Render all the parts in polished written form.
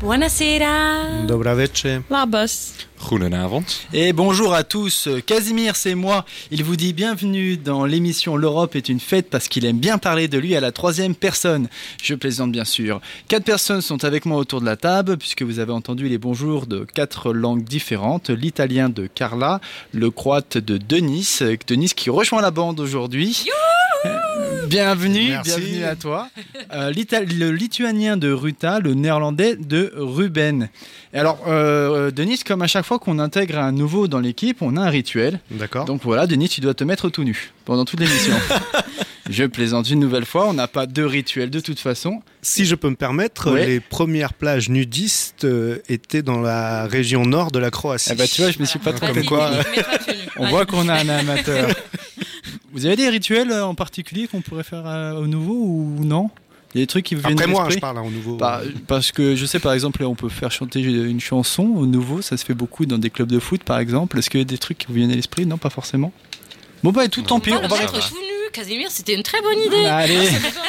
Buonasera. Dobra večer. Labas. Goedenavond. Et bonjour à tous, Casimir c'est moi, il vous dit bienvenue dans l'émission L'Europe est une fête parce qu'il aime bien parler de lui à la troisième personne. Je plaisante bien sûr. 4 personnes sont avec moi autour de la table puisque vous avez entendu les bonjours de 4 langues différentes, l'italien de Carla, le croate de Denis qui rejoint la bande aujourd'hui. Bienvenue à toi. Le lituanien de Ruta, le néerlandais de Ruben. Et alors, Denis, comme à chaque fois qu'on intègre un nouveau dans l'équipe, on a un rituel. D'accord. Donc voilà, Denis, tu dois te mettre tout nu pendant toute l'émission. Je plaisante une nouvelle fois, on n'a pas de rituel de toute façon. Si je peux me permettre, les premières plages nudistes étaient dans la région nord de la Croatie. Eh ben, tu vois, je me suis pas trompé. Comme quoi, on voit qu'on a un amateur. Vous avez des rituels en particulier qu'on pourrait faire au nouveau ou non ? Il y a des trucs qui vous viennent après moi, d'esprit je parle au nouveau. Parce que je sais, par exemple, on peut faire chanter une chanson au nouveau, ça se fait beaucoup dans des clubs de foot, par exemple. Est-ce qu'il y a des trucs qui vous viennent à l'esprit ? Non, pas forcément. Bon, bah, tout tant pis. On va mettre tout nu, Casimir, c'était une très bonne idée. Allez.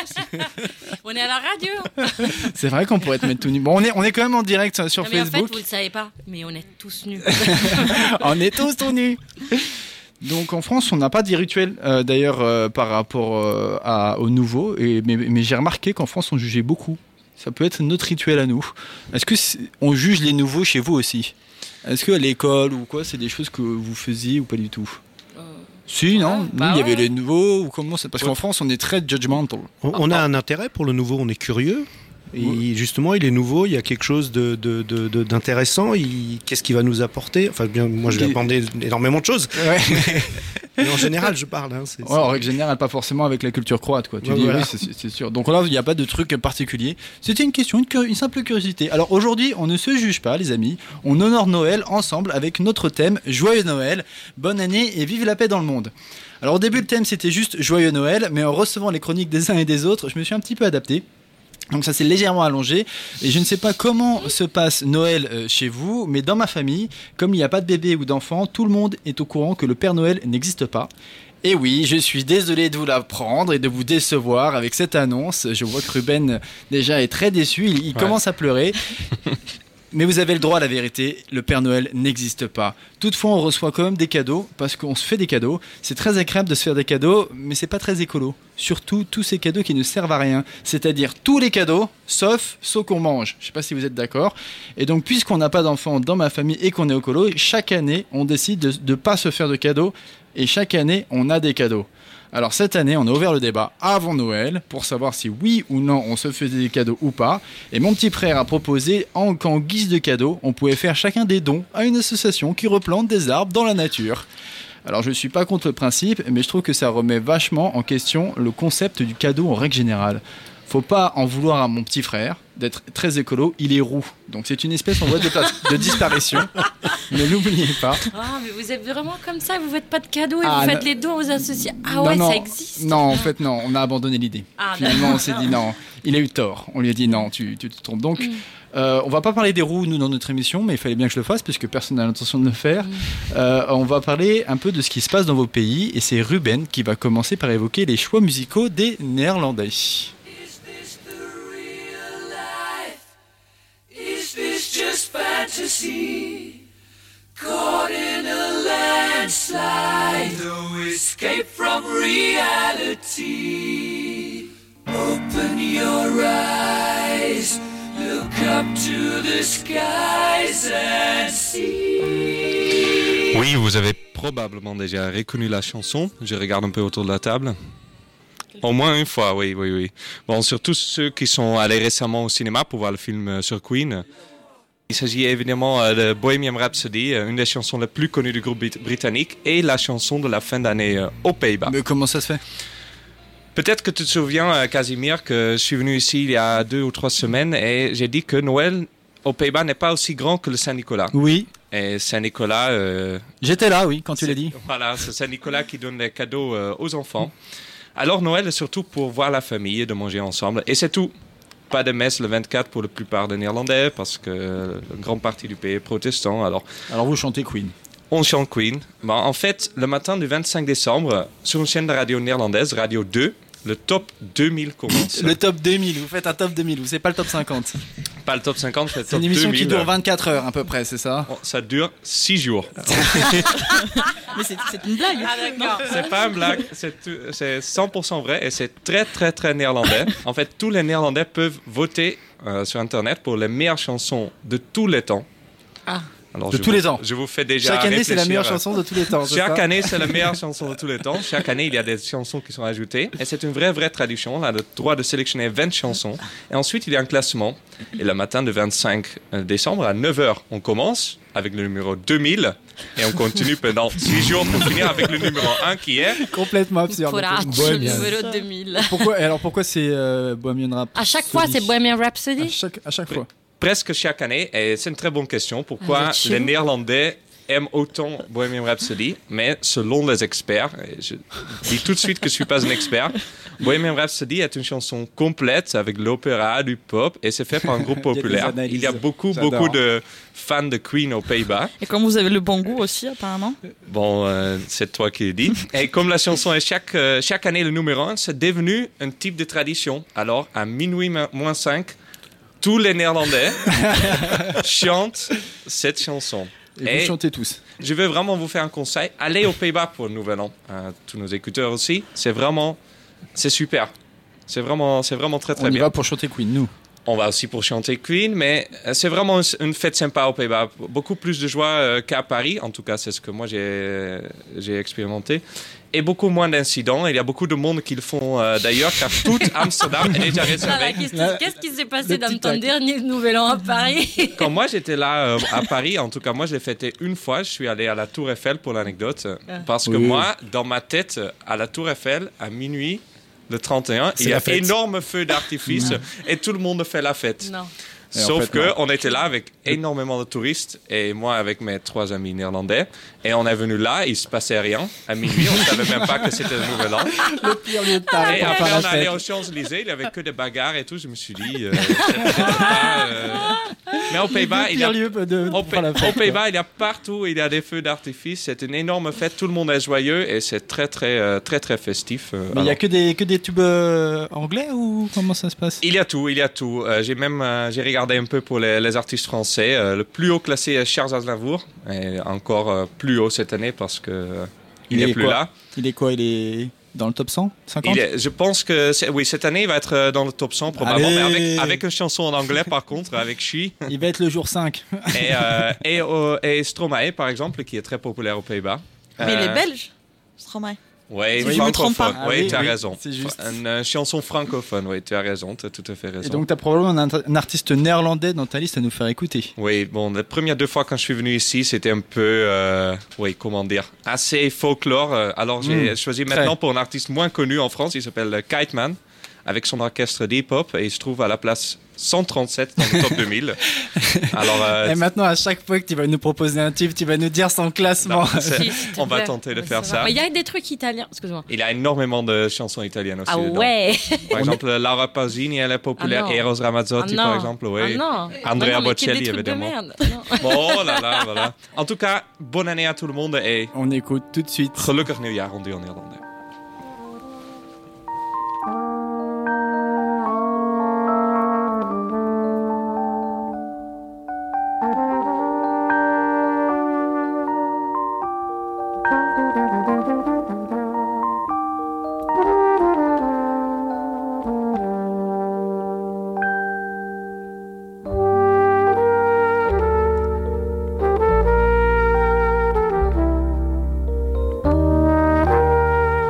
On est à la radio. C'est vrai qu'on pourrait te mettre tout nu. Bon, on est quand même en direct sur mais Facebook. En fait, vous le savez pas, mais on est tous nus. On est tous tout nus. Donc en France, on n'a pas de rituel d'ailleurs par rapport au nouveau. Mais j'ai remarqué qu'en France, on jugeait beaucoup. Ça peut être notre rituel à nous. Est-ce que on juge les nouveaux chez vous aussi ? Est-ce qu'à l'école ou quoi, c'est des choses que vous faisiez ou pas du tout ? Si, non, nous, il y avait les nouveaux ou comment c'est ? Parce qu'en France, on est très judgmental. On a un intérêt pour le nouveau, on est curieux. Et justement, il est nouveau, il y a quelque chose d'intéressant. Qu'est-ce qu'il va nous apporter ? Enfin, bien, moi, je vais apprendre énormément de choses. Ouais. Mais en général, je parle. En règle générale, pas forcément avec la culture croate, quoi. Tu dis voilà. Oui, c'est sûr. Donc là, il n'y a pas de truc particulier. C'était une question, une simple curiosité. Alors aujourd'hui, on ne se juge pas, les amis. On honore Noël ensemble avec notre thème Joyeux Noël, bonne année et vive la paix dans le monde. Alors au début, le thème c'était juste Joyeux Noël, mais en recevant les chroniques des uns et des autres, je me suis un petit peu adapté. Donc ça s'est légèrement allongé et je ne sais pas comment se passe Noël chez vous, mais dans ma famille, comme il n'y a pas de bébé ou d'enfant, tout le monde est au courant que le Père Noël n'existe pas. Et oui, je suis désolé de vous l'apprendre et de vous décevoir avec cette annonce. Je vois que Ruben déjà est très déçu, il commence à pleurer. Mais vous avez le droit à la vérité, le Père Noël n'existe pas. Toutefois, on reçoit quand même des cadeaux, parce qu'on se fait des cadeaux. C'est très agréable de se faire des cadeaux, mais c'est pas très écolo. Surtout, tous ces cadeaux qui ne servent à rien. C'est-à-dire tous les cadeaux, sauf ceux qu'on mange. Je sais pas si vous êtes d'accord. Et donc, puisqu'on n'a pas d'enfants dans ma famille et qu'on est écolo, chaque année, on décide de ne pas se faire de cadeaux. Et chaque année, on a des cadeaux. Alors cette année, on a ouvert le débat avant Noël pour savoir si oui ou non on se faisait des cadeaux ou pas. Et mon petit frère a proposé qu'en guise de cadeau, on pouvait faire chacun des dons à une association qui replante des arbres dans la nature. Alors je ne suis pas contre le principe, mais je trouve que ça remet vachement en question le concept du cadeau en règle générale. Faut pas en vouloir à mon petit frère d'être très écolo, il est roux. Donc c'est une espèce en voie de disparition. Ne l'oubliez pas. Ah, mais vous êtes vraiment comme ça, vous faites pas de cadeaux et vous faites les dons aux associés. Ah ouais, non, ça existe. Non, en fait non, on a abandonné l'idée. Finalement, on s'est dit non, il a eu tort. On lui a dit non, tu te trompes. Donc on va pas parler des roues nous dans notre émission, mais il fallait bien que je le fasse puisque personne n'a l'intention de le faire. On va parler un peu de ce qui se passe dans vos pays et c'est Ruben qui va commencer par évoquer les choix musicaux des Néerlandais. Just fantasy, caught in a landslide, no escape from reality. Open your eyes, look up to the skies and see. Oui, vous avez probablement déjà reconnu la chanson. Je regarde un peu autour de la table. Au moins une fois, oui. Bon, surtout ceux qui sont allés récemment au cinéma pour voir le film sur Queen. Il s'agit évidemment de Bohemian Rhapsody, une des chansons les plus connues du groupe britannique et la chanson de la fin d'année aux Pays-Bas. Mais comment ça se fait ? Peut-être que tu te souviens, Casimir, que je suis venu ici il y a 2 ou 3 semaines et j'ai dit que Noël aux Pays-Bas n'est pas aussi grand que le Saint-Nicolas. Oui. Et Saint-Nicolas... J'étais là, oui, quand tu l'as dit. Voilà, c'est Saint-Nicolas qui donne les cadeaux aux enfants. Alors Noël est surtout pour voir la famille et de manger ensemble. Et c'est tout. Pas de messe le 24 pour la plupart des Néerlandais parce que une grande partie du pays est protestant. Alors vous chantez Queen. On chante Queen. Bon, en fait, le matin du 25 décembre, sur une chaîne de radio néerlandaise, Radio 2, le top 2000 commence. Le top 2000, vous faites un top 2000, c'est pas le top 50. Pas le top 50, c'est le C'est top une émission 2000. qui dure 24 heures à peu près, c'est ça? Bon, ça dure 6 jours. Mais c'est une blague. Ah, d'accord. C'est pas une blague, c'est 100% vrai et c'est très très très néerlandais. En fait, tous les Néerlandais peuvent voter sur Internet pour les meilleures chansons de tous les temps. Ah. Alors, De tous les temps. Je vous fais déjà Chaque année, c'est la réfléchir. meilleure chanson de tous les temps. c'est Chaque ça année, c'est la meilleure chanson de tous les temps. Chaque année, il y a des chansons qui sont ajoutées. Et c'est une vraie tradition. On a le droit de sélectionner 20 chansons. Et ensuite, il y a un classement. Et le matin du 25 décembre, à 9h, on commence avec le numéro 2000. Et on continue pendant 6 jours pour finir avec le numéro 1 qui est... Complètement absurde. Porat, Bohemian. numéro 2000. Pourquoi c'est Bohemian Rhapsody? À chaque fois, c'est Bohemian Rhapsody. À chaque fois. Presque chaque année, et c'est une très bonne question, pourquoi Vous êtes chez les vous. Néerlandais aiment autant Bohemian Rhapsody, mais selon les experts, et je dis tout de suite que je ne suis pas un expert, Bohemian Rhapsody est une chanson complète avec de l'opéra, du pop, et c'est fait par un groupe populaire. analyses. Il y a beaucoup J'adore. de fans de Queen aux Pays-Bas. Et comme vous avez le bon goût aussi, apparemment. Bon, c'est toi qui le dis. Et comme la chanson est chaque année le numéro 1, c'est devenu un type de tradition. Alors, à minuit moins 5, tous les Néerlandais chantent cette chanson. Et vous chantez tous. Je veux vraiment vous faire un conseil. Allez aux Pays-Bas pour le Nouvel An. Tous nos écouteurs aussi. C'est super. C'est vraiment très très On y bien. va pour chanter Queen, nous. On va aussi pour chanter Queen, mais c'est vraiment une fête sympa aux Pays-Bas. Beaucoup plus de joie qu'à Paris. En tout cas, c'est ce que moi j'ai expérimenté. Et beaucoup moins d'incidents. Il y a beaucoup de monde qui le font d'ailleurs, car tout Amsterdam est déjà réservé. Qu'est-ce qui s'est passé dans ton dernier Nouvel An à Paris? Quand moi j'étais là à Paris, en tout cas moi je l'ai fêté une fois, je suis allé à la Tour Eiffel pour l'anecdote, parce que moi, dans ma tête, à la Tour Eiffel, à minuit, le 31, il y a énorme feu d'artifice et tout le monde fait la fête. Non. Sauf qu'on était là avec énormément de touristes et moi avec mes 3 amis néerlandais. Et on est venu là, il se passait rien. À minuit, on ne savait même pas que c'était le Nouvel An. Le pire lieu de Paris. Et après, on est allé aux Champs-Élysées, il n'y avait que des bagarres et tout. Je me suis dit, c'est peut-être pas. Mais aux Pays-Bas, aux Pays-Bas, il y a partout, il y a des feux d'artifice. C'est une énorme fête, tout le monde est joyeux et c'est très, très, très, très festif. Mais il n'y a que des tubes anglais ou comment ça se passe? Il y a tout. J'ai regardé un peu pour les artistes français. Le plus haut classé est Charles Aznavour, et encore plus haut cette année parce que il n'est plus là. Il est quoi? Il est dans le top 100? 50? Je pense que oui, cette année il va être dans le top 100 probablement, Allez. mais avec une chanson en anglais par contre, avec She. Il va être le jour 5. et Stromae par exemple, qui est très populaire aux Pays-Bas. Mais il est belge, Stromae. Oui, Si je me trompe pas. Oui, tu as raison. C'est juste. Une chanson francophone, oui, tu as raison, tu as tout à fait raison. Et donc, tu as probablement un artiste néerlandais dans ta liste à nous faire écouter. Oui, bon, les premières 2 fois quand je suis venu ici, c'était un peu, comment dire, assez folklore. Alors, j'ai choisi maintenant pour un artiste moins connu en France, il s'appelle Kiteman, avec son orchestre d'hip-hop, et il se trouve à la place 137 dans le top 2000. Alors, et maintenant, à chaque fois que tu vas nous proposer un type, tu vas nous dire son classement. On va tenter de faire ça. Il y a des trucs italiens, excuse-moi. Il y a énormément de chansons italiennes aussi. Ah dedans. ouais. Par exemple, Laura Pausini, elle est populaire. Ah non. Eros Ramazzotti, Ah non. par exemple. Oui. Ah non. Andrea Non, mais qu'il y ait Bocelli, des trucs de évidemment. merde. Non. Oh là là, voilà. En tout cas, bonne année à tout le monde et On écoute tout de suite. gelukkig nieuwjaar, on dit en néerlandais. Oh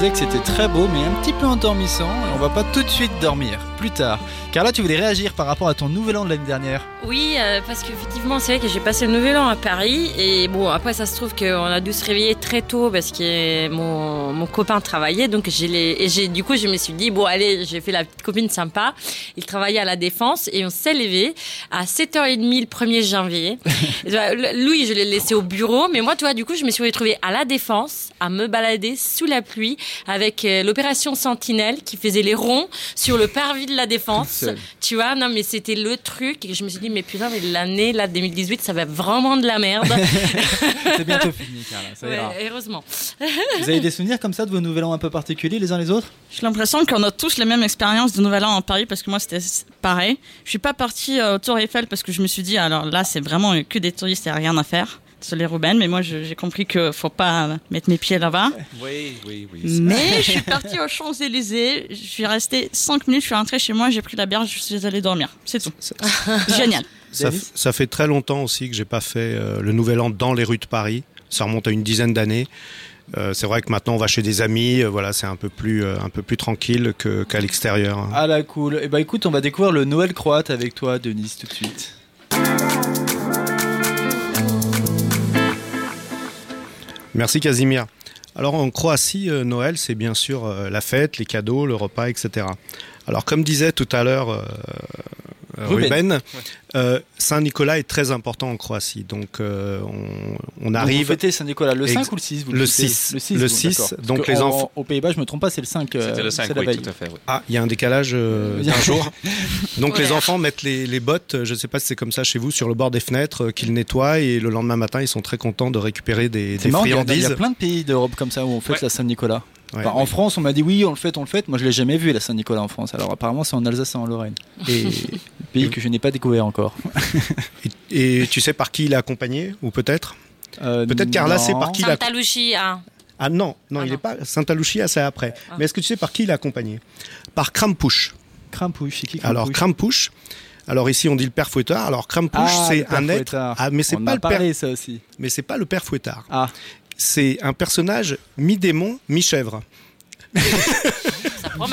que c'était très beau, mais un petit peu endormissant. Et on va pas tout de suite dormir, plus tard. Carla, tu voulais réagir par rapport à ton nouvel an de l'année dernière? Oui, parce qu'effectivement, c'est vrai que j'ai passé le nouvel an à Paris. Et bon, après, ça se trouve qu'on a dû se réveiller très tôt parce que mon copain travaillait. Donc, du coup, je me suis dit, bon, allez, j'ai fait la petite copine sympa. Il travaillait à la Défense et on s'est levé à 7h30 le 1er janvier. Louis, je l'ai laissé au bureau. Mais moi, tu vois, du coup, je me suis retrouvée à la Défense à me balader sous la pluie avec l'opération Sentinelle qui faisait les ronds sur le parvis de la Défense. Tu vois, non, mais c'était le truc. Et je me suis dit, mais putain, mais l'année, là, 2018, ça va être vraiment de la merde. C'est bientôt fini, Carla. Ça ira. Heureusement. Vous avez des souvenirs comme ça de vos nouvel an un peu particuliers les uns les autres? J'ai l'impression qu'on a tous les mêmes expériences de Nouvel An en Paris parce que moi c'était pareil. Je suis pas partie au Tour Eiffel parce que je me suis dit alors là c'est vraiment que des touristes, il n'y a rien à faire. Désolé Ruben, mais moi j'ai compris qu'il faut pas mettre mes pieds là-bas. Oui. Mais je suis partie aux Champs-Élysées, je suis restée 5 minutes, je suis rentrée chez moi, j'ai pris la bière, je suis allée dormir. C'est tout. Génial. Ça fait très longtemps aussi que j'ai pas fait le Nouvel An dans les rues de Paris. Ça remonte à une dizaine d'années. C'est vrai que maintenant on va chez des amis, voilà, c'est un peu plus tranquille qu'à l'extérieur. Hein. Ah là, cool. Et bah écoute, on va découvrir le Noël croate avec toi, Denise, tout de suite. Merci Casimir. Alors en Croatie, Noël, c'est bien sûr la fête, les cadeaux, le repas, etc. Alors comme disait tout à l'heure Ruben, Saint-Nicolas est très important en Croatie. Donc on arrive... Vous fêtez Saint-Nicolas le 5 ou le 6 Le 6. Le 6. Donc les enfants... Aux Pays-Bas, je me trompe pas, c'est le 5. C'était le 5, c'est la oui, veille. tout à fait. Oui. Ah, il y a un décalage d'un jour. Donc les enfants mettent les bottes, je ne sais pas si c'est comme ça chez vous, sur le bord des fenêtres, qu'ils nettoient, et le lendemain matin, ils sont très contents de récupérer des friandises. Il y a plein de pays d'Europe comme ça où on fête la Saint-Nicolas. Ouais, en France, on m'a dit oui, on le fête. Moi, je l'ai jamais vu la Saint-Nicolas en France. Alors apparemment, c'est en Alsace et en Lorraine. Et pays que je n'ai pas découvert encore. Et tu sais par qui il est accompagné, ou peut-être peut-être Carla sait par qui il est Santa Lucia. Ah non, il n'est pas. Santa Lucia, c'est après. Mais est-ce que tu sais par qui il est accompagné? Par Krampusch. Krampusch, c'est qui Krampusch? Alors Krampusch. Alors ici on dit le père Fouettard. Alors Krampusch, c'est un être. Ah, mais c'est on pas a le parlé, père. ça aussi. Mais c'est pas le père Fouettard. Ah. C'est un personnage mi-démon, mi-chèvre. Ça promet.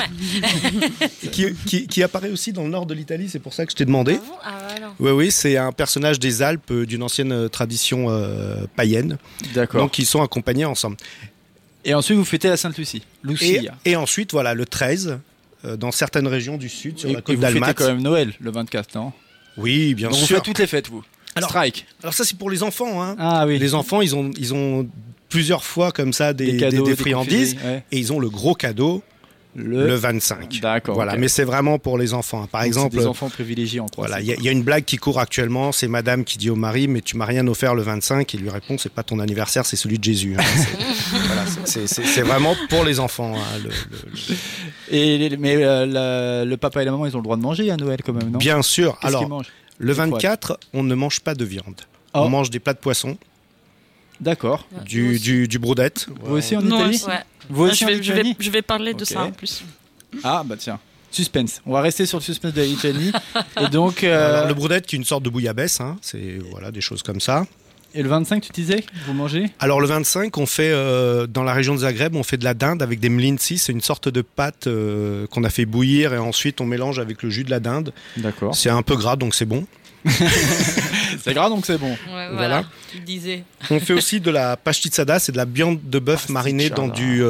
qui apparaît aussi dans le nord de l'Italie, c'est pour ça que je t'ai demandé. Ouais, oui, c'est un personnage des Alpes d'une ancienne tradition païenne. D'accord. Donc ils sont accompagnés ensemble. Et ensuite vous fêtez la Sainte-Lucie. Et ensuite, voilà, le 13, dans certaines régions du sud, sur la côte vous d'Almat. fêtez quand même Noël le 24, non? Oui, bien Donc sûr. vous faites toutes les fêtes, vous. Strike. Alors ça, c'est pour les enfants. Hein. Ah oui. Les enfants, ils ont plusieurs fois comme ça des cadeaux, des friandises, ouais. Et ils ont le gros cadeau le 25. D'accord. Voilà, okay. Mais c'est vraiment pour les enfants. Par exemple, c'est des enfants privilégiés en Croatie. Voilà, il y a une blague qui court actuellement. C'est madame qui dit au mari, mais tu m'as rien offert le 25. Il lui répond, c'est pas ton anniversaire, c'est celui de Jésus. Hein. C'est vraiment pour les enfants. Hein, Mais le papa et la maman, ils ont le droit de manger à Noël quand même, non? Bien sûr. Qu'est-ce Alors, qu'ils mangent? le 24, on ne mange pas de viande. Oh. On mange des plats de poisson. D'accord. Du broudette. Vous aussi en Non, Italie? ouais. Vous aussi en Italie? Je vais parler de ça en plus. Ah bah tiens, suspense. On va rester sur le suspense de l'Italie. Et donc Alors, le broudette qui est une sorte de bouillabaisse, hein, c'est voilà des choses comme ça. Et le 25, tu disais, vous mangez? Alors le 25, on fait dans la région de Zagreb, on fait de la dinde avec des mlinci, c'est une sorte de pâte qu'on a fait bouillir et ensuite on mélange avec le jus de la dinde. D'accord. C'est un peu gras donc c'est bon. C'est gras donc c'est bon. Ouais, voilà. Tu disais. On fait aussi de la pastitsada, c'est de la viande de bœuf marinée dans du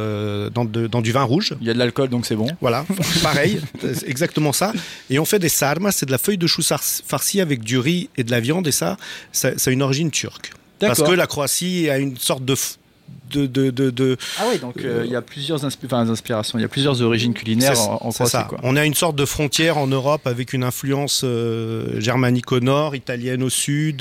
vin rouge. Il y a de l'alcool donc c'est bon. Voilà, pareil, c'est exactement ça. Et on fait des sarmas, c'est de la feuille de chou farcie avec du riz et de la viande et ça a une origine turque. Parce que la Croatie a une sorte de Ah oui, donc il y a plusieurs inspirations, il y a plusieurs origines culinaires en Croatie. Quoi. On a une sorte de frontière en Europe avec une influence germanique au nord, italienne au sud,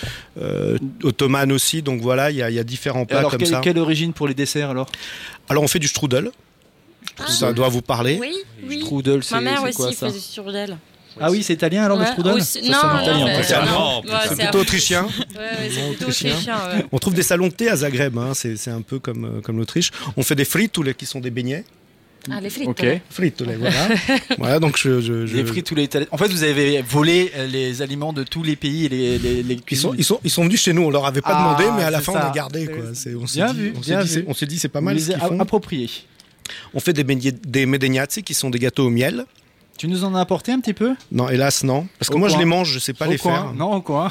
ottomane aussi. Donc voilà, il y a différents plats comme ça. Quelle origine pour les desserts alors? Alors on fait du strudel. Ça doit vous parler. Oui. Strudel, c'est ma mère quoi, aussi ça? faisait du strudel. Ah oui, c'est italien alors le strudel? Non, c'est plutôt autrichien. C'est plutôt autrichien. Ouais. On trouve des salons de thé à Zagreb, hein. C'est un peu comme l'Autriche. On fait des frites qui sont des beignets. Ah, les frites. Ok. Frites, voilà. Voilà, donc Les frites tous les Italiens. En fait, vous avez volé les aliments de tous les pays et les cuisines. Ils sont venus chez nous, on leur avait pas demandé, mais à la fin ça. On a gardé quoi. On s'est dit c'est pas mal. Vous les ce qu'ils font. appropriés. On fait des medeniaci qui sont des gâteaux au miel. Tu nous en as apporté un petit peu ? Non, hélas, non. Parce que moi, je les mange, je ne sais pas les faire. Non, au coin.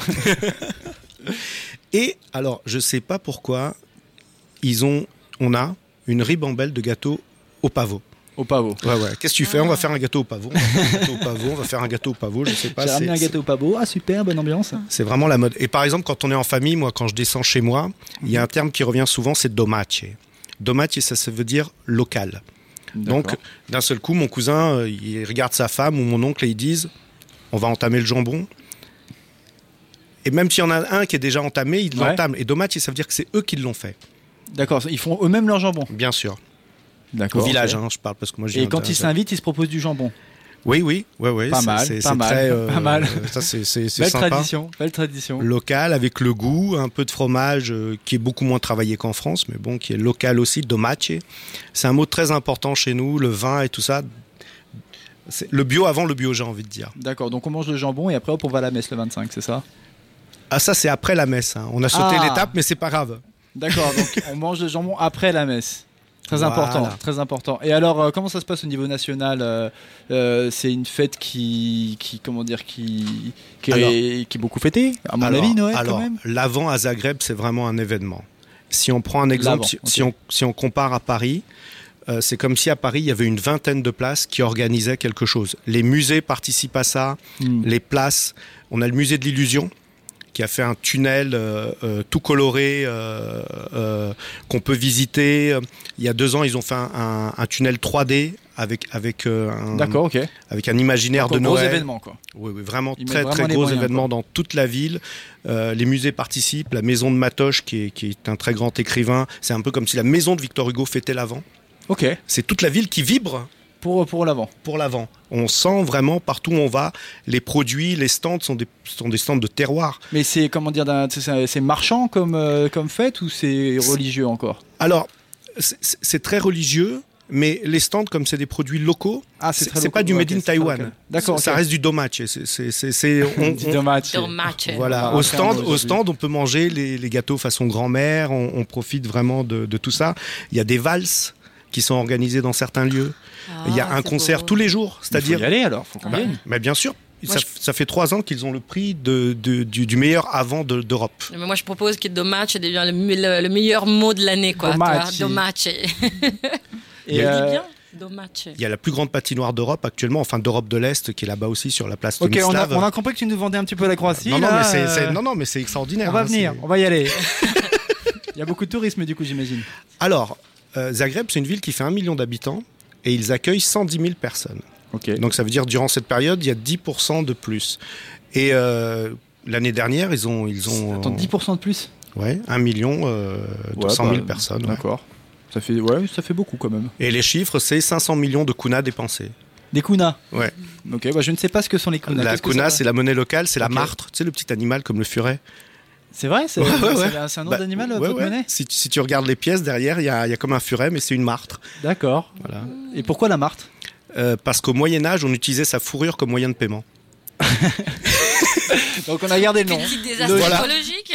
Et alors, je ne sais pas pourquoi, on a une ribambelle de gâteaux au pavot. Au pavot. Ouais. Qu'est-ce que tu fais ? On va faire un gâteau au pavot. On va faire un gâteau au pavot. Je sais pas. J'ai ramené un gâteau au pavot. Ah, super, bonne ambiance. C'est vraiment la mode. Et par exemple, quand on est en famille, moi, quand je descends chez moi, il y a un terme qui revient souvent, c'est domace. Domace, ça veut dire local. D'accord. Donc, d'un seul coup, mon cousin, il regarde sa femme ou mon oncle et ils disent on va entamer le jambon. Et même s'il y en a un qui est déjà entamé, ils l'entament. Et domace, ça veut dire que c'est eux qui l'ont fait. D'accord, ils font eux-mêmes leur jambon. Bien sûr. D'accord. Au village, je parle parce que moi. Et quand ils s'invitent, ils se proposent du jambon. Oui. Pas mal. Pas mal. Ça, c'est belle sympa. Belle tradition. Local, avec le goût, un peu de fromage qui est beaucoup moins travaillé qu'en France, mais bon, qui est local aussi, domace. C'est un mot très important chez nous, le vin et tout ça. C'est le bio avant le bio, j'ai envie de dire. D'accord, donc on mange le jambon et après hop, on va à la messe le 25, c'est ça ? Ah, ça, c'est après la messe. On a sauté l'étape, mais c'est pas grave. D'accord, donc on mange le jambon après la messe. Très important, très important. Et alors, comment ça se passe au niveau national ? C'est une fête qui est beaucoup fêtée, à mon avis, Noël, quand même. L'Avent à Zagreb, c'est vraiment un événement. Si on prend un exemple, si on compare à Paris, c'est comme si à Paris, il y avait une vingtaine de places qui organisaient quelque chose. Les musées participent à ça, les places. On a le musée de l'illusion, qui a fait un tunnel tout coloré qu'on peut visiter. Il y a 2 ans, ils ont fait un tunnel 3D avec un imaginaire de Noël. Gros événement, quoi. Oui, vraiment très gros événement dans toute la ville. Les musées participent. La maison de Matoche, qui est un très grand écrivain, c'est un peu comme si la maison de Victor Hugo fêtait l'Avent. Ok. C'est toute la ville qui vibre. Pour l'Avent. Pour l'Avent. On sent vraiment partout où on va, les produits, les stands sont des stands de terroir. Mais c'est, comment dire, c'est marchand comme fête ou c'est religieux encore ? Alors, c'est très religieux, mais les stands, comme c'est des produits locaux, c'est pas du made in Taiwan. Okay. D'accord. Ça reste du domace. Du domace. Voilà. Au stand, on peut manger les gâteaux façon grand-mère. On profite vraiment de tout ça. Il y a des valses qui sont organisés dans certains lieux. Il y a un concert tous les jours. C'est-à-dire... Il faut y aller alors, faut qu'on gagne. Mais bien sûr. Ça fait 3 ans qu'ils ont le prix du meilleur avant d'Europe. Mais moi, je propose que domace devient le meilleur mot de l'année, quoi. Domace. Il y a la plus grande patinoire d'Europe actuellement, enfin d'Europe de l'Est, qui est là-bas aussi sur la place de Mislav. On a compris que tu nous vendais un petit peu la Croatie. Non, mais c'est extraordinaire. On va venir, on va y aller. Il y a beaucoup de tourisme du coup, j'imagine. Alors, Zagreb, c'est une ville qui fait 1 million d'habitants et ils accueillent 110 000 personnes. Okay. Donc ça veut dire durant cette période, il y a 10% de plus. Et l'année dernière, ils ont... Attends, 10% de plus ? Ouais, 1 million 200 000 personnes. D'accord. Ouais. Ça fait beaucoup quand même. Et les chiffres, c'est 500 millions de kunas dépensés. Des kunas ? Ouais. Ok, je ne sais pas ce que sont les kunas. La kuna, c'est la monnaie locale, c'est la martre. Tu sais, le petit animal comme le furet. C'est vrai, c'est un nom d'animal, votre monnaie ? Si tu regardes les pièces derrière, il y a comme un furet, mais c'est une martre. D'accord. Voilà. Et pourquoi la martre ? Parce qu'au Moyen-Âge, on utilisait sa fourrure comme moyen de paiement. Donc on a gardé le nom. Petit désastre écologique.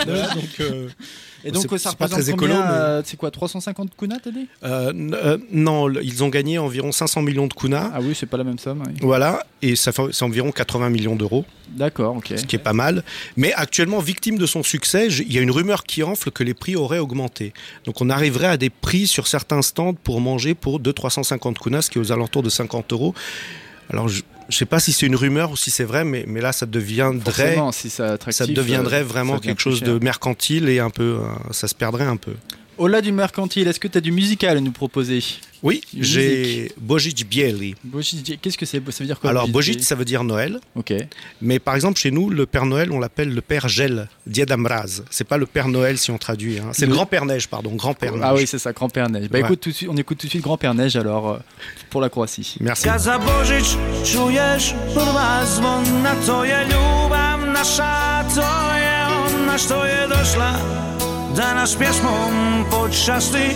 Et donc ça représente très écolo, combien c'est quoi, 350 kunas, t'as dit ? Non, ils ont gagné environ 500 millions de kunas. Ah oui, c'est pas la même somme. Oui. Voilà, et c'est environ 80 millions d'euros. D'accord, ok. Ce qui est pas mal. Mais actuellement, victime de son succès, il y a une rumeur qui enfle que les prix auraient augmenté. Donc on arriverait à des prix sur certains stands pour manger pour 350 kunas, ce qui est aux alentours de 50 euros. Alors je ne sais pas si c'est une rumeur ou si c'est vrai, mais là ça deviendrait, vraiment quelque chose de mercantile et un peu, ça se perdrait un peu. Au-delà du mercantile, est-ce que tu as du musical à nous proposer ? Oui, j'ai Božić Bieli. Qu'est-ce que c'est ? Ça veut dire quoi ? Alors Božić, ça veut dire Noël. Ok. Mais par exemple chez nous, le Père Noël, on l'appelle le Père Gel, Djeda Mraz. C'est pas le Père Noël si on traduit. Hein. C'est le Grand-Père Neige, pardon, Grand-Père Neige. Ah oui, c'est ça, Grand-Père Neige. Bah écoute, on écoute tout de suite Grand-Père Neige alors pour la Croatie. Merci. Za Božić czujesz kurwa dzwon, na to je ljubav nasza, to je ona što je došla da nas pjesmom počasti.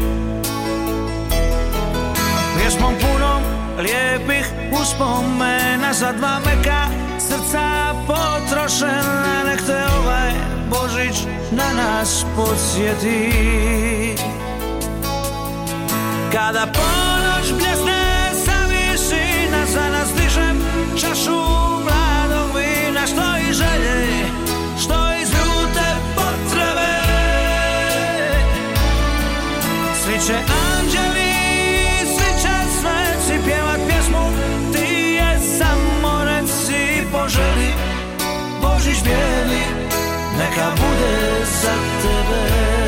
Pjesmom punom lijepih uspomena, za 2 meka srca potrošena. Nek te ovaj Božić na nas podsjeti. Kada ponoć bljesne sa visina, za nas dižem čašu mladog vina, što i želje, što iz ljute potrebe. Svi će anđeli, svi će sveci pjevat pjesmu, ti je samo reci poželi, Božić bijeli, neka bude za tebe.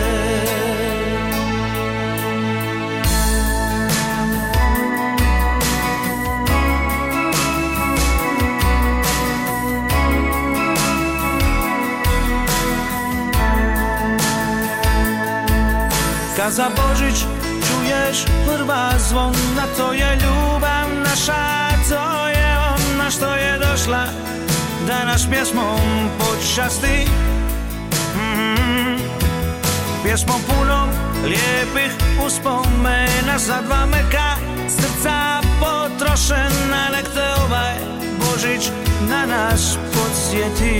Kad za Božić čuješ prva zvona, to je ljubav naša, to je ona što je došla da nas pjesmom počasti. Pjesmom punom lijepih uspomena, za dva meka srca potrošena, nek te ovaj Božić na nas podsjeti.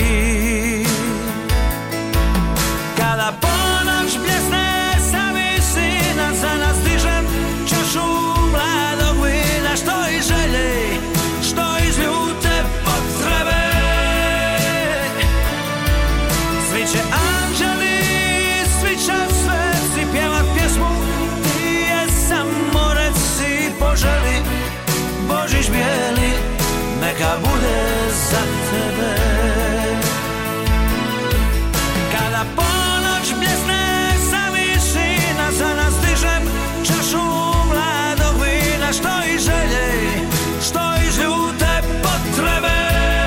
Kada ponoć bljesne sa visina, za nas dižem čašu mladog vina, što i želje, što iz ljute potrebe. Svi će anđeli, svi će sveci pjevat pjesmu, ti je samo reci poželi, Božić bijeli, neka bude za tebe. Kada ponoć bljesne sa visina, za nas dižem čašu mladog vina, što i želje, što iz ljute potrebe.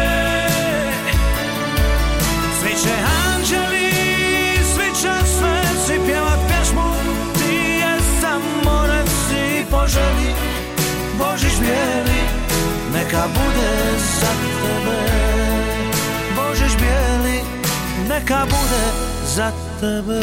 Svi će anđeli, svi će sveci pjevat pjesmu, ti je samo reci poželi, Božić bijeli, neka bude za tebe. Božić bijeli, neka bude za tebe.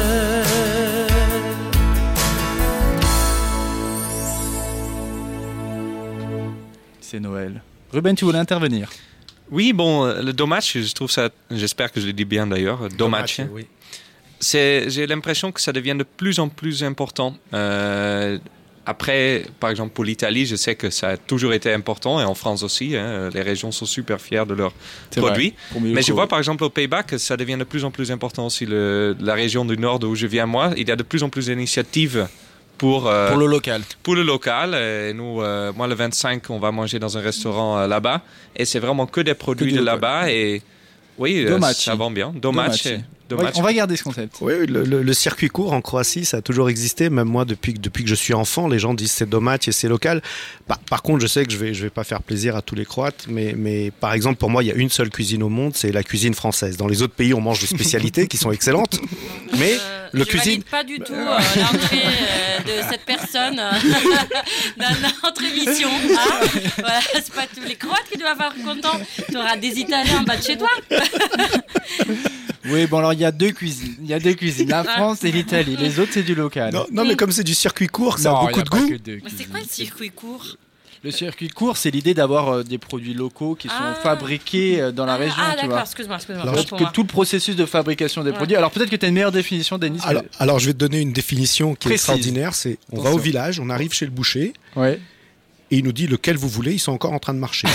C'est Noël. Ruben, tu voulais intervenir? Oui, bon, le dommage, je trouve ça, j'espère que je le dis bien d'ailleurs, dommage. Oui. J'ai l'impression que ça devient de plus en plus important. Après, par exemple, pour l'Italie, je sais que ça a toujours été important, et en France aussi, hein, les régions sont super fières de leurs produits. Mais je vois par exemple aux Pays-Bas que ça devient de plus en plus important aussi. La région du Nord d'où je viens moi, il y a de plus en plus d'initiatives pour le local. Pour le local. Et nous, moi le 25, on va manger dans un restaurant là-bas, et c'est vraiment que des produits de là-bas. Et oui, ça vend bien. Dommage. On va garder ce concept. Oui, le circuit court en Croatie, ça a toujours existé. Même moi, depuis que je suis enfant, les gens disent c'est dommage et c'est local. Par contre, je sais que je vais pas faire plaisir à tous les Croates, mais par exemple, pour moi, il y a une seule cuisine au monde, c'est la cuisine française. Dans les autres pays, on mange des spécialités qui sont excellentes, mais je valide pas du tout l'entrée de cette personne dans notre émission. Hein, voilà, c'est pas tous les Croates qui doivent être contents. Tu auras des Italiens en bas de chez toi. Oui, bon alors il y a deux cuisines. La France et l'Italie. Les autres, c'est du local. Non, mais comme c'est du circuit court, ça a beaucoup de goût. Mais c'est quoi le circuit court ? Le circuit court, c'est l'idée d'avoir des produits locaux qui sont fabriqués dans la région. Ah, tu d'accord, vois. excuse-moi. Que tout le processus de fabrication des produits. Alors peut-être que tu as une meilleure définition, Denis. Alors je vais te donner une définition qui est extraordinaire. C'est on va au village, on arrive chez le boucher, et il nous dit lequel vous voulez. Ils sont encore en train de marcher.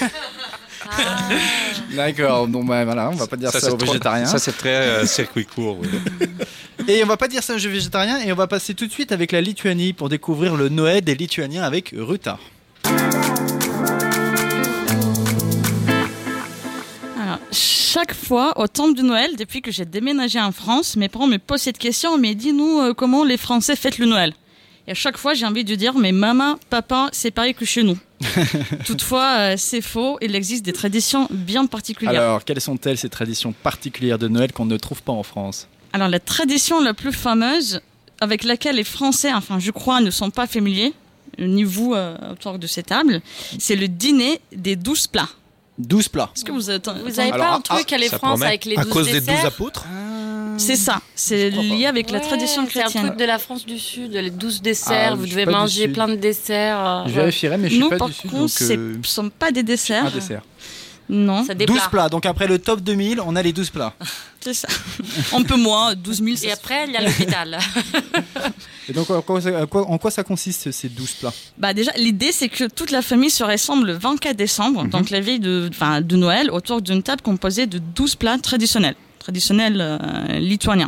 D'accord, donc voilà, on va pas dire ça aux végétariens. Ça c'est très circuit court. Oui. Et on va pas dire ça aux végétariens, et on va passer tout de suite avec la Lituanie pour découvrir le Noël des Lituaniens avec Ruta. Alors, chaque fois au temps du Noël, depuis que j'ai déménagé en France, mes parents me posent cette question, mais dis-nous comment les Français fêtent le Noël. Et à chaque fois, j'ai envie de dire, mais maman, papa, c'est pareil que chez nous. Toutefois, c'est faux, il existe des traditions bien particulières. Alors, quelles sont-elles ces traditions particulières de Noël qu'on ne trouve pas en France ? Alors, la tradition la plus fameuse, avec laquelle les Français, enfin je crois, ne sont pas familiers, ni vous autour de cette table, c'est le dîner des 12 plats. 12 plats. Est-ce que vous avez pas un truc à la France avec les 12 desserts ? À cause desserts des 12 apôtres ? C'est ça, c'est lié avec la tradition chrétienne. C'est un truc de la France du Sud, les 12 desserts, vous devez manger plein de desserts. Je vérifierai, mais je suis pas du Sud. Nous, par contre, ce ne sont pas des desserts. Un dessert. Non. Ça des 12 plats. plats. Donc après le top 2000, on a les 12 plats. C'est ça. Un peu moins, 12 000. Et après, il y a l'hôpital. Et donc en quoi ça consiste ces 12 plats? Bah déjà, l'idée c'est que toute la famille se rassemble le 24 décembre, donc la veille de Noël, autour d'une table composée de 12 plats traditionnels lituaniens.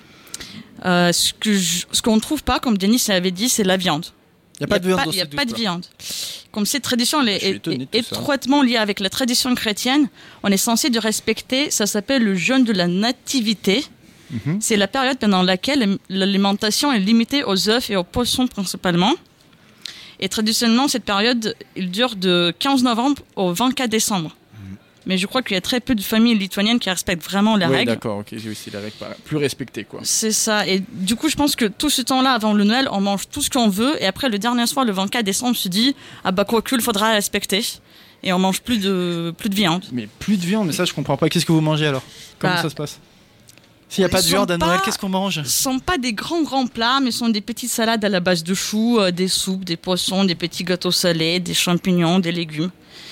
Ce qu'on ne trouve pas, comme Denis avait dit, c'est la viande. Il n'y a pas de viande. Il n'y a pas de viande. Comme cette tradition est étroitement liée avec la tradition chrétienne, on est censé de respecter, ça s'appelle le jeûne de la nativité. C'est la période pendant laquelle l'alimentation est limitée aux œufs et aux poissons principalement. Et traditionnellement, cette période, il dure de 15 novembre au 24 décembre. Mais je crois qu'il y a très peu de familles lituaniennes qui respectent vraiment les règles. Oui, d'accord, ok, j'ai aussi les règles plus respectées, quoi. C'est ça, et du coup, je pense que tout ce temps-là, avant le Noël, on mange tout ce qu'on veut, et après, le dernier soir, le 24 décembre, on se dit, ah bah quoi qu'il faudra respecter, et on mange plus de viande. Mais plus de viande, mais ça, je comprends pas. Qu'est-ce que vous mangez alors? Comment ça se passe? S'il n'y a pas de viande à Noël, qu'est-ce qu'on mange? Ce ne sont pas des grands plats, mais ce sont des petites salades à la base de choux, des soupes, des poissons, des petits gâteaux salés, des champignons, des légumes.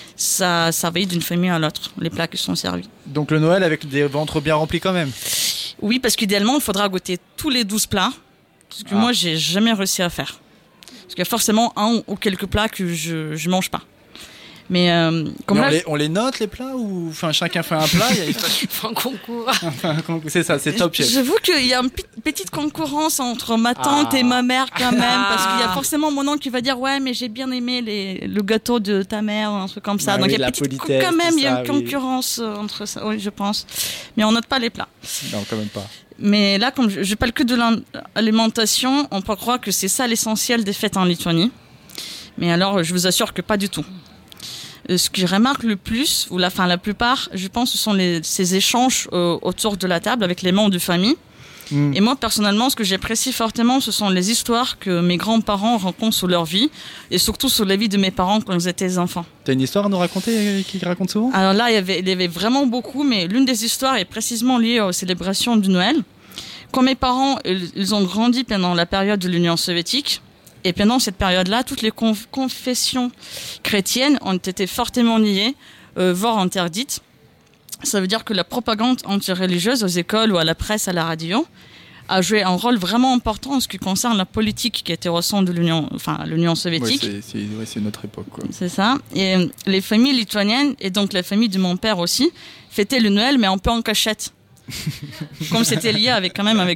Ça varie d'une famille à l'autre, les plats qui sont servis. Donc le Noël avec des ventres bien remplis quand même? Oui, parce qu'idéalement, il faudra goûter tous les 12 plats, ce que moi, j'ai jamais réussi à faire. Parce qu'il y a forcément un ou quelques plats que je mange pas. Mais on les note les plats ou enfin chacun fait un plat, il faut un concours. C'est ça, c'est top chef. J'avoue qu'il y a une petite concurrence entre ma tante et ma mère quand même, parce qu'il y a forcément mon oncle qui va dire ouais mais j'ai bien aimé le gâteau de ta mère, un truc comme ça. Donc il y a quand même il y a une concurrence entre ça, oui je pense. Mais on note pas les plats. Non quand même pas. Mais là comme je parle que de l'alimentation, on peut croire que c'est ça l'essentiel des fêtes en Lituanie. Mais alors je vous assure que pas du tout. Ce que je remarque le plus, ou la plupart, je pense, ce sont ces échanges autour de la table avec les membres de famille. Et moi, personnellement, ce que j'apprécie fortement, ce sont les histoires que mes grands-parents rencontrent sur leur vie, et surtout sur la vie de mes parents quand ils étaient enfants. T'as une histoire à nous raconter qu'ils racontent souvent? Alors là, il y avait vraiment beaucoup, mais l'une des histoires est précisément liée aux célébrations du Noël. Quand mes parents, ils ont grandi pendant la période de l'Union soviétique, et pendant cette période-là, toutes les confessions chrétiennes ont été fortement niées, voire interdites. Ça veut dire que la propagande anti-religieuse aux écoles ou à la presse, à la radio, a joué un rôle vraiment important en ce qui concerne la politique qui était au sein de l'Union soviétique. Ouais, c'est notre époque, quoi. C'est ça. Et les familles lituaniennes, et donc la famille de mon père aussi, fêtaient le Noël, mais un peu en cachette. Comme c'était lié avec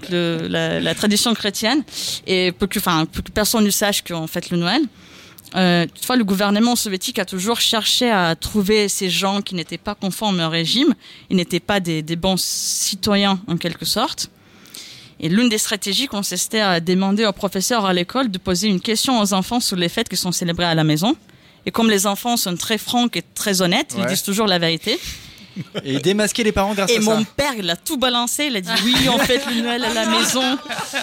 la tradition chrétienne, et pour que personne ne sache qu'on fête le Noël. Toutefois, le gouvernement soviétique a toujours cherché à trouver ces gens qui n'étaient pas conformes au régime, ils n'étaient pas des bons citoyens en quelque sorte. Et l'une des stratégies consistait à demander aux professeurs à l'école de poser une question aux enfants sur les fêtes qui sont célébrées à la maison. Et comme les enfants sont très francs et très honnêtes, ils disent toujours la vérité. Et démasquer les parents grâce à ça. Et mon père, il a tout balancé. Il a dit oui, on fête le Noël à la maison.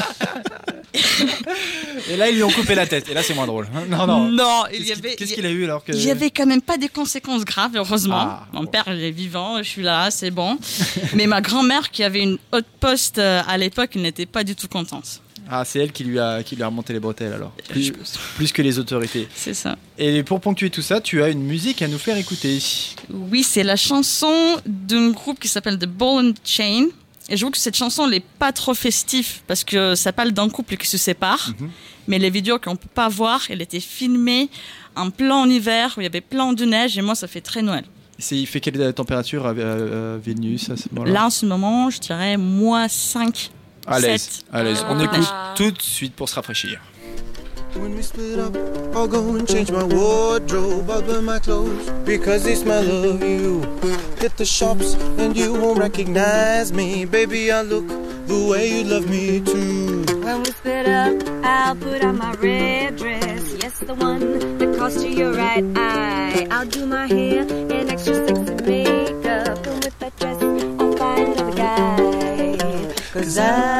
Et là, ils lui ont coupé la tête. Et là, c'est moins drôle. Non. Qu'est-ce qu'il a eu alors que... Il n'y avait quand même pas des conséquences graves, heureusement. Mon père, il est vivant. Je suis là, c'est bon. Mais ma grand-mère, qui avait une haute poste à l'époque, elle n'était pas du tout contente. Ah, c'est elle qui lui a remonté les bretelles alors. Plus que les autorités. C'est ça. Et pour ponctuer tout ça, tu as une musique à nous faire écouter. Oui, c'est la chanson d'un groupe qui s'appelle The Ball and Chain. Et je trouve que cette chanson n'est pas trop festive parce que ça parle d'un couple qui se sépare. Mais les vidéos qu'on ne peut pas voir, elle était filmée en plein hiver où il y avait plein de neige et moi ça fait très Noël. Il fait quelle température à Vilnius à ce moment-là? Là en ce moment, je dirais -5. À l'aise. On écoute tout de suite pour se rafraîchir. When we split up, I'll go and change my wardrobe. I'll burn my clothes because they smell of you. Hit the shops and you won't recognize me. Baby, I look the way you love me too. When we split up, I'll put on my red dress. Yes, the one that cost you your right eye. I'll do my hair in extra sexy makeup. And with that dress, I'll find another guy. 'Cause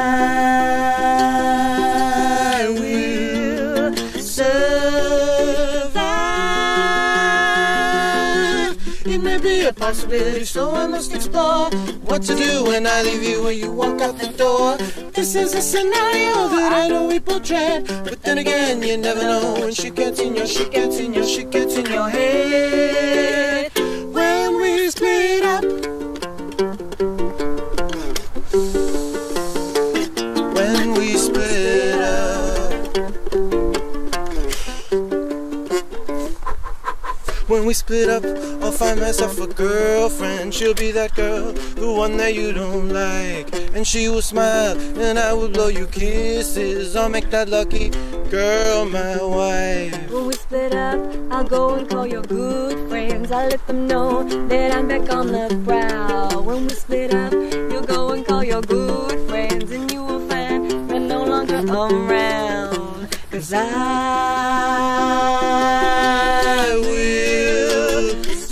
I will survive. It may be a possibility, so I must explore what to do when I leave you when you walk out the door. This is a scenario that I know we both dread, but then again, you never know when she gets in your head. When we split When we split up, I'll find myself a girlfriend. She'll be that girl, the one that you don't like. And she will smile, and I will blow you kisses. I'll make that lucky girl my wife. When we split up, I'll go and call your good friends. I'll let them know that I'm back on the prowl. When we split up, you'll go and call your good friends, and you will find they're no longer around. 'Cause I will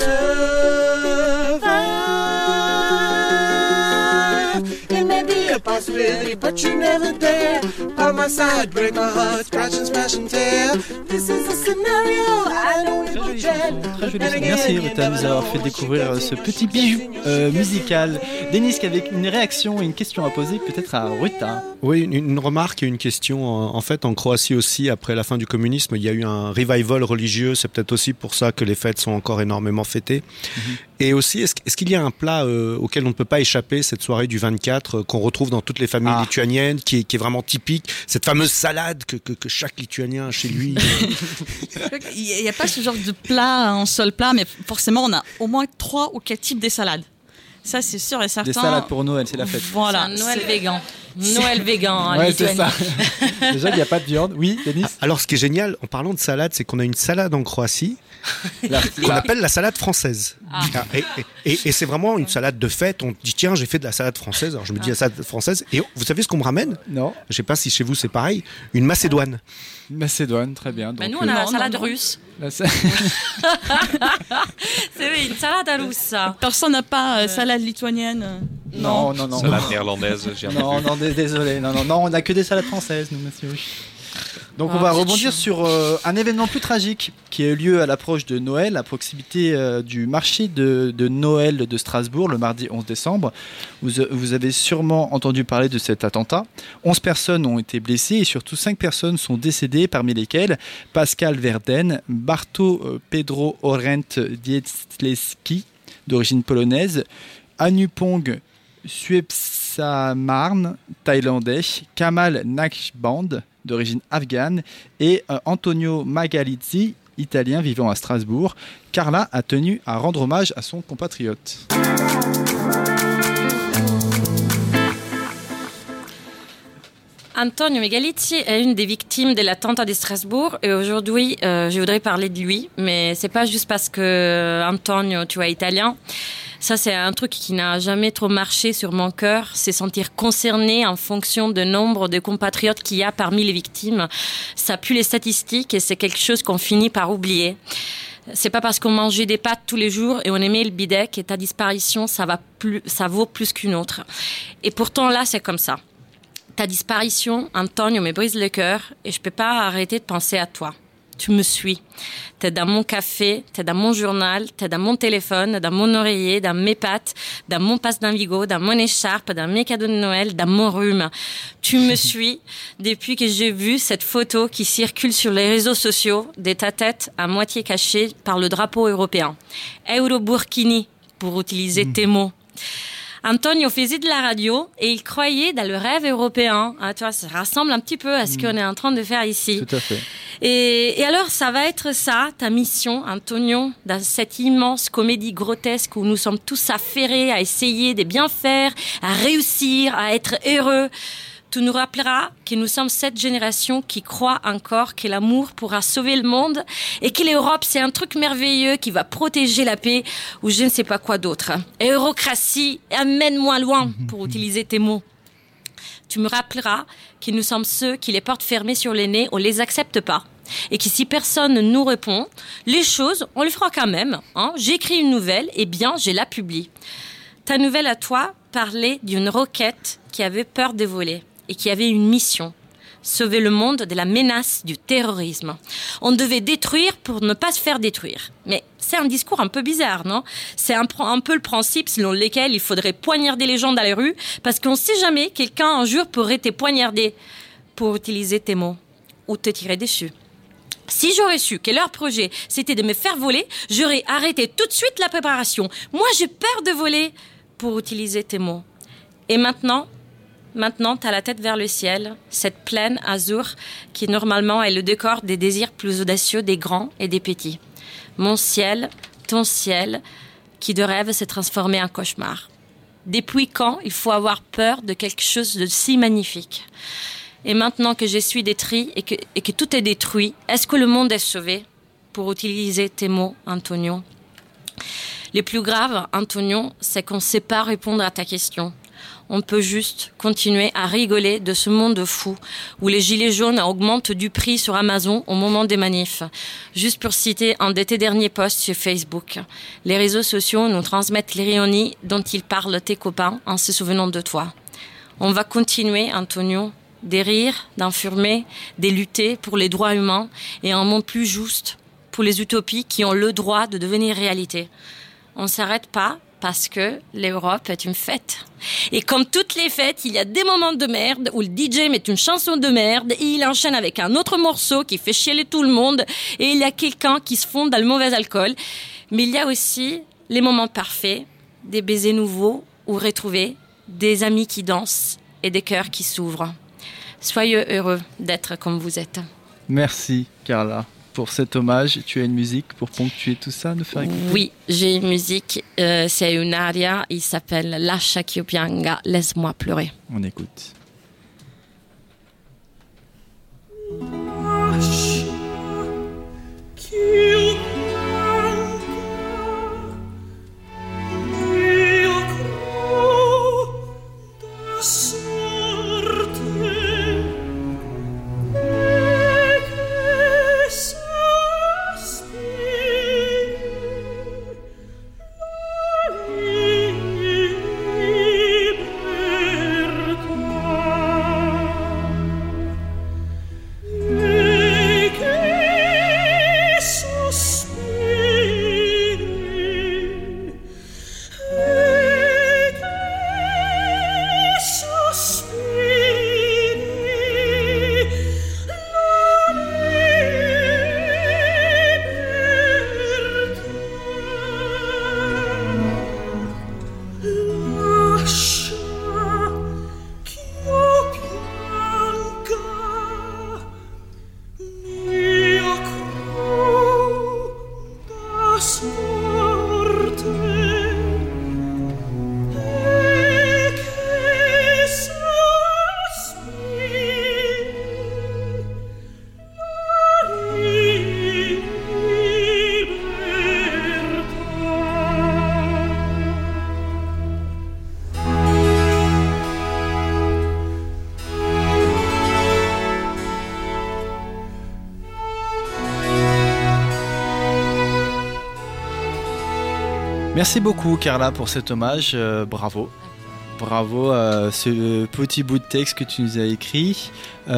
survive. It may be a possibility, but you never dare. By my side, break my heart, scratch and smash and tear. This is a scenario I don't even dread. Très joli son. Merci Ruta de nous avoir fait découvrir ce petit bijou musical. Denis qui avait une réaction et une question à poser peut-être à Ruta. Oui, une remarque et une question. En fait, en Croatie aussi, après la fin du communisme, il y a eu un revival religieux. C'est peut-être aussi pour ça que les fêtes sont encore énormément fêtées. Et aussi, est-ce qu'il y a un plat auquel on ne peut pas échapper cette soirée du 24 qu'on retrouve dans toutes les familles lituaniennes, qui est vraiment typique, cette fameuse salade que chaque Lituanien a chez lui. Il n'y a pas ce genre de plat, un seul plat, mais forcément, on a au moins 3 ou 4 types de salades. Ça, c'est sûr et certain. Des salades pour Noël, c'est la fête. Voilà. C'est un Noël végan. Noël végan en Ouais, Lituanie. c'est ça. Déjà, il n'y a pas de viande. Oui, Denis. Alors, ce qui est génial, en parlant de salade, c'est qu'on a une salade en Croatie qu'on appelle la salade française. Et c'est vraiment une salade de fête. On dit, tiens, j'ai fait de la salade française. Alors, je me dis la salade française. Et vous savez ce qu'on me ramène ? Non. Je ne sais pas si chez vous c'est pareil. Une macédoine. Macédoine, très bien. Donc, Nous, on a la salade russe. C'est une salade russe. Personne n'a pas salade lituanienne. Non. Salade néerlandaise, j'ai Non, désolé. Non, on n'a que des salades françaises, nous, monsieur. Donc on va rebondir sur un événement plus tragique qui a eu lieu à l'approche de Noël, à proximité du marché de Noël de Strasbourg, le mardi 11 décembre. Vous avez sûrement entendu parler de cet attentat. 11 personnes ont été blessées et surtout 5 personnes sont décédées, parmi lesquelles Pascal Verden, Barto Pedro Orent Dietleski, d'origine polonaise, Anupong Suepsamarn, thaïlandais, Kamal Nakband, d'origine afghane, et Antonio Magalizzi, italien vivant à Strasbourg. Carla a tenu à rendre hommage à son compatriote. Antonio Megalizzi est une des victimes de l'attentat de Strasbourg et aujourd'hui je voudrais parler de lui, mais c'est pas juste parce que Antonio, tu vois, est italien. Ça, c'est un truc qui n'a jamais trop marché sur mon cœur, c'est sentir concerné en fonction du nombre de compatriotes qu'il y a parmi les victimes. Ça pue les statistiques et c'est quelque chose qu'on finit par oublier. C'est pas parce qu'on mangeait des pâtes tous les jours et on aimait le bidet que ta disparition, ça vaut plus qu'une autre. Et pourtant, là, c'est comme ça. Ta disparition, Antonio, me brise le cœur et je peux pas arrêter de penser à toi. Tu me suis. T'es dans mon café, t'es dans mon journal, t'es dans mon téléphone, dans mon oreiller, dans mes pattes, dans mon passe Navigo, dans mon écharpe, dans mes cadeaux de Noël, dans mon rhume. Tu me suis depuis que j'ai vu cette photo qui circule sur les réseaux sociaux de ta tête à moitié cachée par le drapeau européen. Euro-Burkini, pour utiliser tes mots. Antonio faisait de la radio et il croyait dans le rêve européen. Ah, tu vois, ça ressemble un petit peu à ce qu'on est en train de faire ici. Tout à fait. Et alors, ça va être ça, ta mission, Antonio, dans cette immense comédie grotesque où nous sommes tous affairés à essayer de bien faire, à réussir, à être heureux. Tu nous rappelleras que nous sommes cette génération qui croit encore que l'amour pourra sauver le monde et que l'Europe, c'est un truc merveilleux qui va protéger la paix ou je ne sais pas quoi d'autre. Et eurocratie, amène-moi loin, pour utiliser tes mots. Tu me rappelleras que nous sommes ceux qui les portent fermées sur les nez, on les accepte pas. Et que si personne ne nous répond, les choses, on les fera quand même. Hein. J'écris une nouvelle, et bien, je la publie. Ta nouvelle à toi parlait d'une roquette qui avait peur de voler et qui avait une mission. Sauver le monde de la menace du terrorisme. On devait détruire pour ne pas se faire détruire. Mais c'est un discours un peu bizarre, non ? C'est un peu le principe selon lequel il faudrait poignarder les gens dans les rues parce qu'on ne sait jamais, quelqu'un un jour pourrait te poignarder pour utiliser tes mots ou te tirer dessus. Si j'aurais su que leur projet, c'était de me faire voler, j'aurais arrêté tout de suite la préparation. Moi, j'ai peur de voler pour utiliser tes mots. Et maintenant, Maintenant, t'as la tête vers le ciel, cette plaine azur qui normalement est le décor des désirs plus audacieux des grands et des petits. Mon ciel, ton ciel, qui de rêve s'est transformé en cauchemar. Depuis quand il faut avoir peur de quelque chose de si magnifique? Et maintenant que je suis détruit et que tout est détruit, est-ce que le monde est sauvé? Pour utiliser tes mots, Antonio. Le plus grave, Antonio, c'est qu'on ne sait pas répondre à ta question. On peut juste continuer à rigoler de ce monde fou où les gilets jaunes augmentent du prix sur Amazon au moment des manifs. Juste pour citer un de tes derniers posts sur Facebook. Les réseaux sociaux nous transmettent l'ironie dont ils parlent tes copains en se souvenant de toi. On va continuer, Antonio, des rires, d'infirmer, des lutter pour les droits humains et un monde plus juste pour les utopies qui ont le droit de devenir réalité. On ne s'arrête pas parce que l'Europe est une fête. Et comme toutes les fêtes, il y a des moments de merde où le DJ met une chanson de merde et il enchaîne avec un autre morceau qui fait chialer tout le monde et il y a quelqu'un qui se fond dans le mauvais alcool. Mais il y a aussi les moments parfaits, des baisers nouveaux ou retrouvés, des amis qui dansent et des cœurs qui s'ouvrent. Soyez heureux d'être comme vous êtes. Merci, Carla, pour cet hommage. Tu as une musique pour ponctuer tout ça, nous faire écouter? Oui, j'ai une musique, c'est une aria, il s'appelle Lascia ch'io pianga, laisse-moi pleurer. On écoute. Merci beaucoup, Carla, pour cet hommage. Bravo. Bravo à ce petit bout de texte que tu nous as écrit.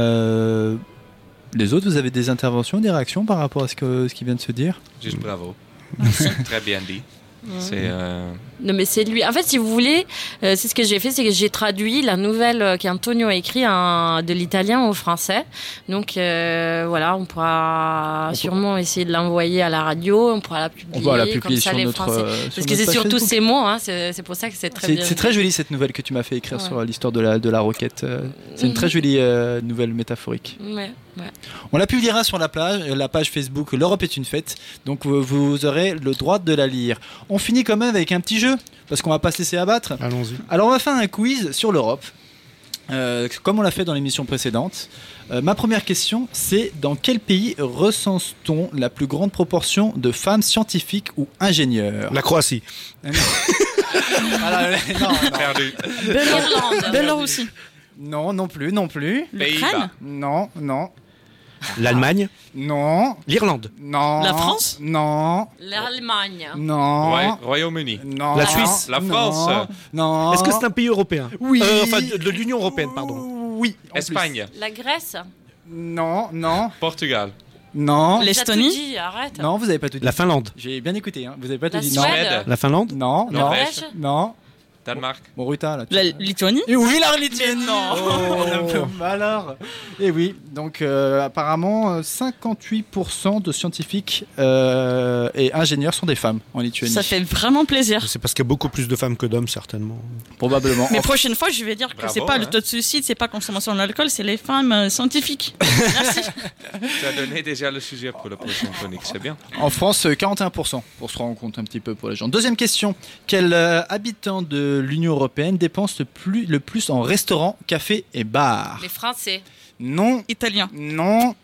Les autres, vous avez des interventions, des réactions par rapport à ce qui vient de se dire? Juste bravo. Très bien dit. C'est Non, mais c'est lui. En fait, si vous voulez, c'est ce que j'ai fait, c'est que j'ai traduit la nouvelle qu'Antonio a écrite de l'italien au français. Donc voilà, on pourra sûrement essayer de l'envoyer à la radio, on pourra la publier. On va la publier comme ça, sur les notre Français. Parce que c'est surtout ces mots, hein, c'est pour ça que c'est très bien. C'est très joli cette nouvelle que tu m'as fait écrire sur l'histoire de la roquette. C'est une très jolie nouvelle métaphorique. Ouais. On la publiera sur la page Facebook L'Europe est une fête, donc vous aurez le droit de la lire. On finit quand même avec un petit jeu, parce qu'on va pas se laisser abattre. Allons-y. Alors on va faire un quiz sur l'Europe, comme on l'a fait dans l'émission précédente. Ma première question, c'est dans quel pays recense-t-on la plus grande proportion de femmes scientifiques ou ingénieurs? La Croatie. Non. perdu. Biélorussie. Non, non plus. L'Ukraine. Non. L'Allemagne. Non. L'Irlande. Non. La France. Non. L'Allemagne. Non. Royaume-Uni. Non. La Suisse. La France. Non. Est-ce que c'est un pays européen? Oui. Enfin, de l'Union européenne, pardon. Oui. en Espagne. La Grèce. plus. Non. Portugal. Non. L'Estonie. T'as tout dit, arrête. Non, vous avez pas tout dit. La Finlande. J'ai bien écouté, hein. Vous avez pas tout La dit. Suède. La Finlande. Non. Norvège. Non. Danemark. Bon, Ruta, là. La Lituanie? Et oui, la Lituanie. Non. Alors. Et oui, donc apparemment 58% de scientifiques et ingénieurs sont des femmes en Lituanie. Ça fait vraiment plaisir. C'est parce qu'il y a beaucoup plus de femmes que d'hommes, certainement. Probablement. Mais prochaine fois, je vais dire que Bravo, c'est pas le hein. taux de suicide, c'est pas consommation d'alcool, c'est les femmes scientifiques. Merci. Tu as donné déjà le sujet pour la prochaine chronique, c'est bien. En France, 41%, pour se rendre compte un petit peu pour les gens. Deuxième question. Quel habitant de l'Union européenne dépense le plus en restaurants, cafés et bars? Les Français. Non. Italien. Non.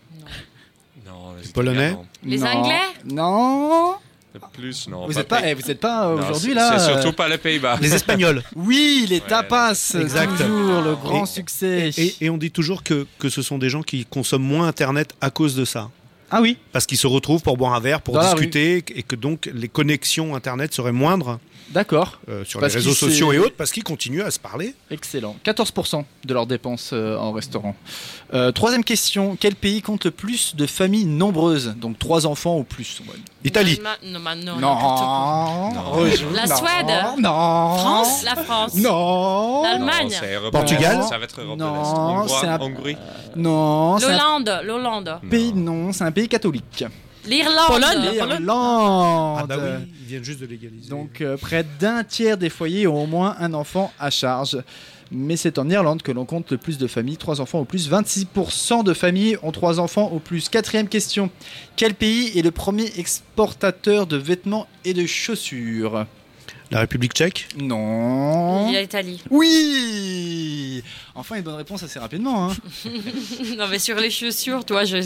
Non, Les Polonais. Les Non. Anglais. Non. Le plus, non. Vous n'êtes pas, Non, aujourd'hui c'est- là. C'est surtout pas les Pays-Bas. Les Espagnols. Oui, les tapas. exact. Toujours le grand Et- succès. Et on dit toujours que ce sont des gens qui consomment moins Internet à cause de ça. Ah oui. Parce qu'ils se retrouvent pour boire un verre, pour Dans la discuter, et que donc les connexions Internet seraient moindres D'accord. sur Parce les réseaux qu'ils sociaux s'est- et autres, parce qu'ils continuent à se parler. Excellent. 14% de leurs dépenses en restaurant. Troisième question. Quel pays compte le plus de familles nombreuses? Donc 3 enfants ou plus. Ouais. Italie. Non, n'importe quoi. Non. Non. La Suède. Non. France. La France. Non. L'Allemagne. Non, c'est européen. Portugal. Ça va être européen. Non, c'est un- Hongrie. Non. C'est un L'Hollande. pays. Non, c'est un pays catholique. L'Irlande. Pologne. L'Irlande. Ah bah oui, ils viennent juste de légaliser. Donc près d'un tiers des foyers ont au moins un enfant à charge. Mais c'est en Irlande que l'on compte le plus de familles, 3 enfants au plus. 26% de familles ont 3 enfants au plus. Quatrième question. Quel pays est le premier exportateur de vêtements et de chaussures? La République tchèque. Non. Il y a l'Italie. Oui. Enfin une bonne réponse assez rapidement. Hein. Non, mais sur les chaussures, toi, j'en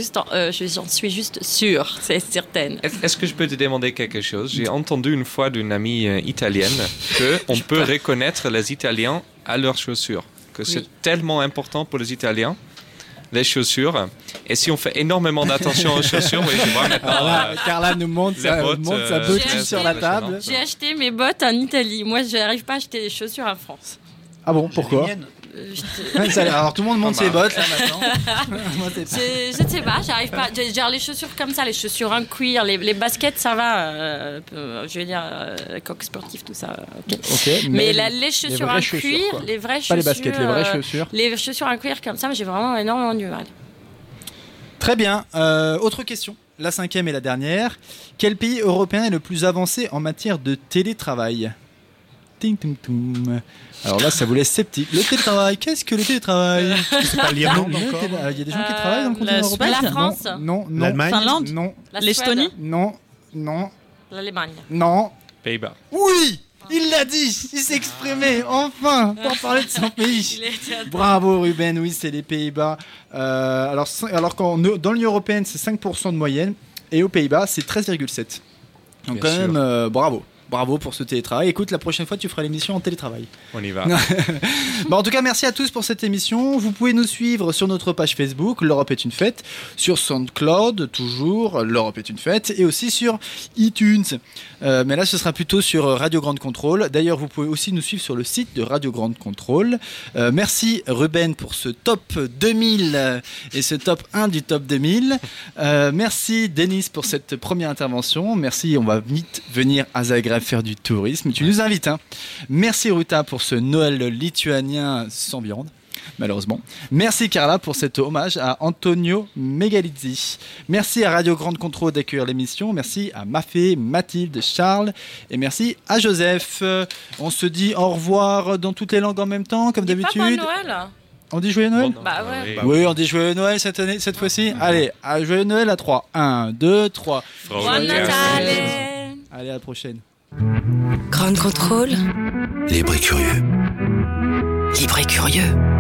suis juste sûre, c'est certaine. Est-ce que je peux te demander quelque chose? J'ai entendu une fois d'une amie italienne qu'on peut reconnaître les Italiens à leurs chaussures. Que c'est tellement important pour les Italiens, les chaussures. Et si on fait énormément d'attention aux chaussures, oui, je vois maintenant. Alors là, Carla nous montre la sa, botte, montre sa j'ai bottine acheté- sur la table. J'ai acheté mes bottes en Italie. Moi, je n'arrive pas à acheter des chaussures en France. Ah bon, pourquoi? Alors tout le monde monte ses bottes là maintenant. Moi, c'est pas- Je ne sais pas, j'arrive pas. Genre les chaussures comme ça, les chaussures en cuir, les baskets, ça va. Je veux dire, coq sportif, tout ça. Ok. Ok, Mais les chaussures vraies en chaussures, cuir, quoi. les vraies chaussures. Pas les baskets, les vraies chaussures. Les chaussures en cuir comme ça, j'ai vraiment énormément du mal. Très bien. Autre question. La cinquième et la dernière. Quel pays européen est le plus avancé en matière de télétravail? Ting, ting, ting. Alors là, ça vous laisse sceptique. Le télétravail, qu'est-ce que le télétravail? C'est pas l'Irlande Non, encore. il y a des gens qui travaillent dans le continent la européen? Suède, la France. Non, non, L'Allemagne. Finlande. non, La L'Estonie. Suède, non, non, l'Allemagne. non. Pays-Bas. Oui, il l'a dit. Il s'est exprimé enfin pour parler de son pays. Il était à- Bravo Ruben, oui c'est les Pays-Bas. Alors dans l'Union Européenne c'est 5% de moyenne et aux Pays-Bas c'est 13,7%. Donc Bien quand sûr. même bravo pour ce télétravail. Écoute, la prochaine fois tu feras l'émission en télétravail. On y va. En tout cas merci à tous pour cette émission. Vous pouvez nous suivre sur notre page Facebook L'Europe est une fête, sur SoundCloud toujours L'Europe est une fête et aussi sur iTunes. Mais là ce sera plutôt sur Radio Grande Contrôle. D'ailleurs vous pouvez aussi nous suivre sur le site de Radio Grande Contrôle. Merci Ruben pour ce top 2000 et ce top 1 du top 2000. Merci Denis pour cette première intervention. Merci, on va vite venir à Zagreb faire du tourisme. Tu nous invites. Hein. Merci Ruta pour ce Noël lituanien sans viande. Malheureusement. Merci Carla pour cet hommage à Antonio Megalizzi. Merci à Radio Grande Contrôle d'accueillir l'émission. Merci à Mafé, Mathilde, Charles et merci à Joseph. On se dit au revoir dans toutes les langues en même temps comme Dis pas d'habitude. bon Noël. On dit joyeux Noël? Bah ouais. Oui, on dit joyeux Noël cette fois-ci. Allez, joyeux Noël à 3. 1, 2, 3. Buon Natale. Allez, à la prochaine. Grande Contrôle. Libre et curieux. Libre et curieux.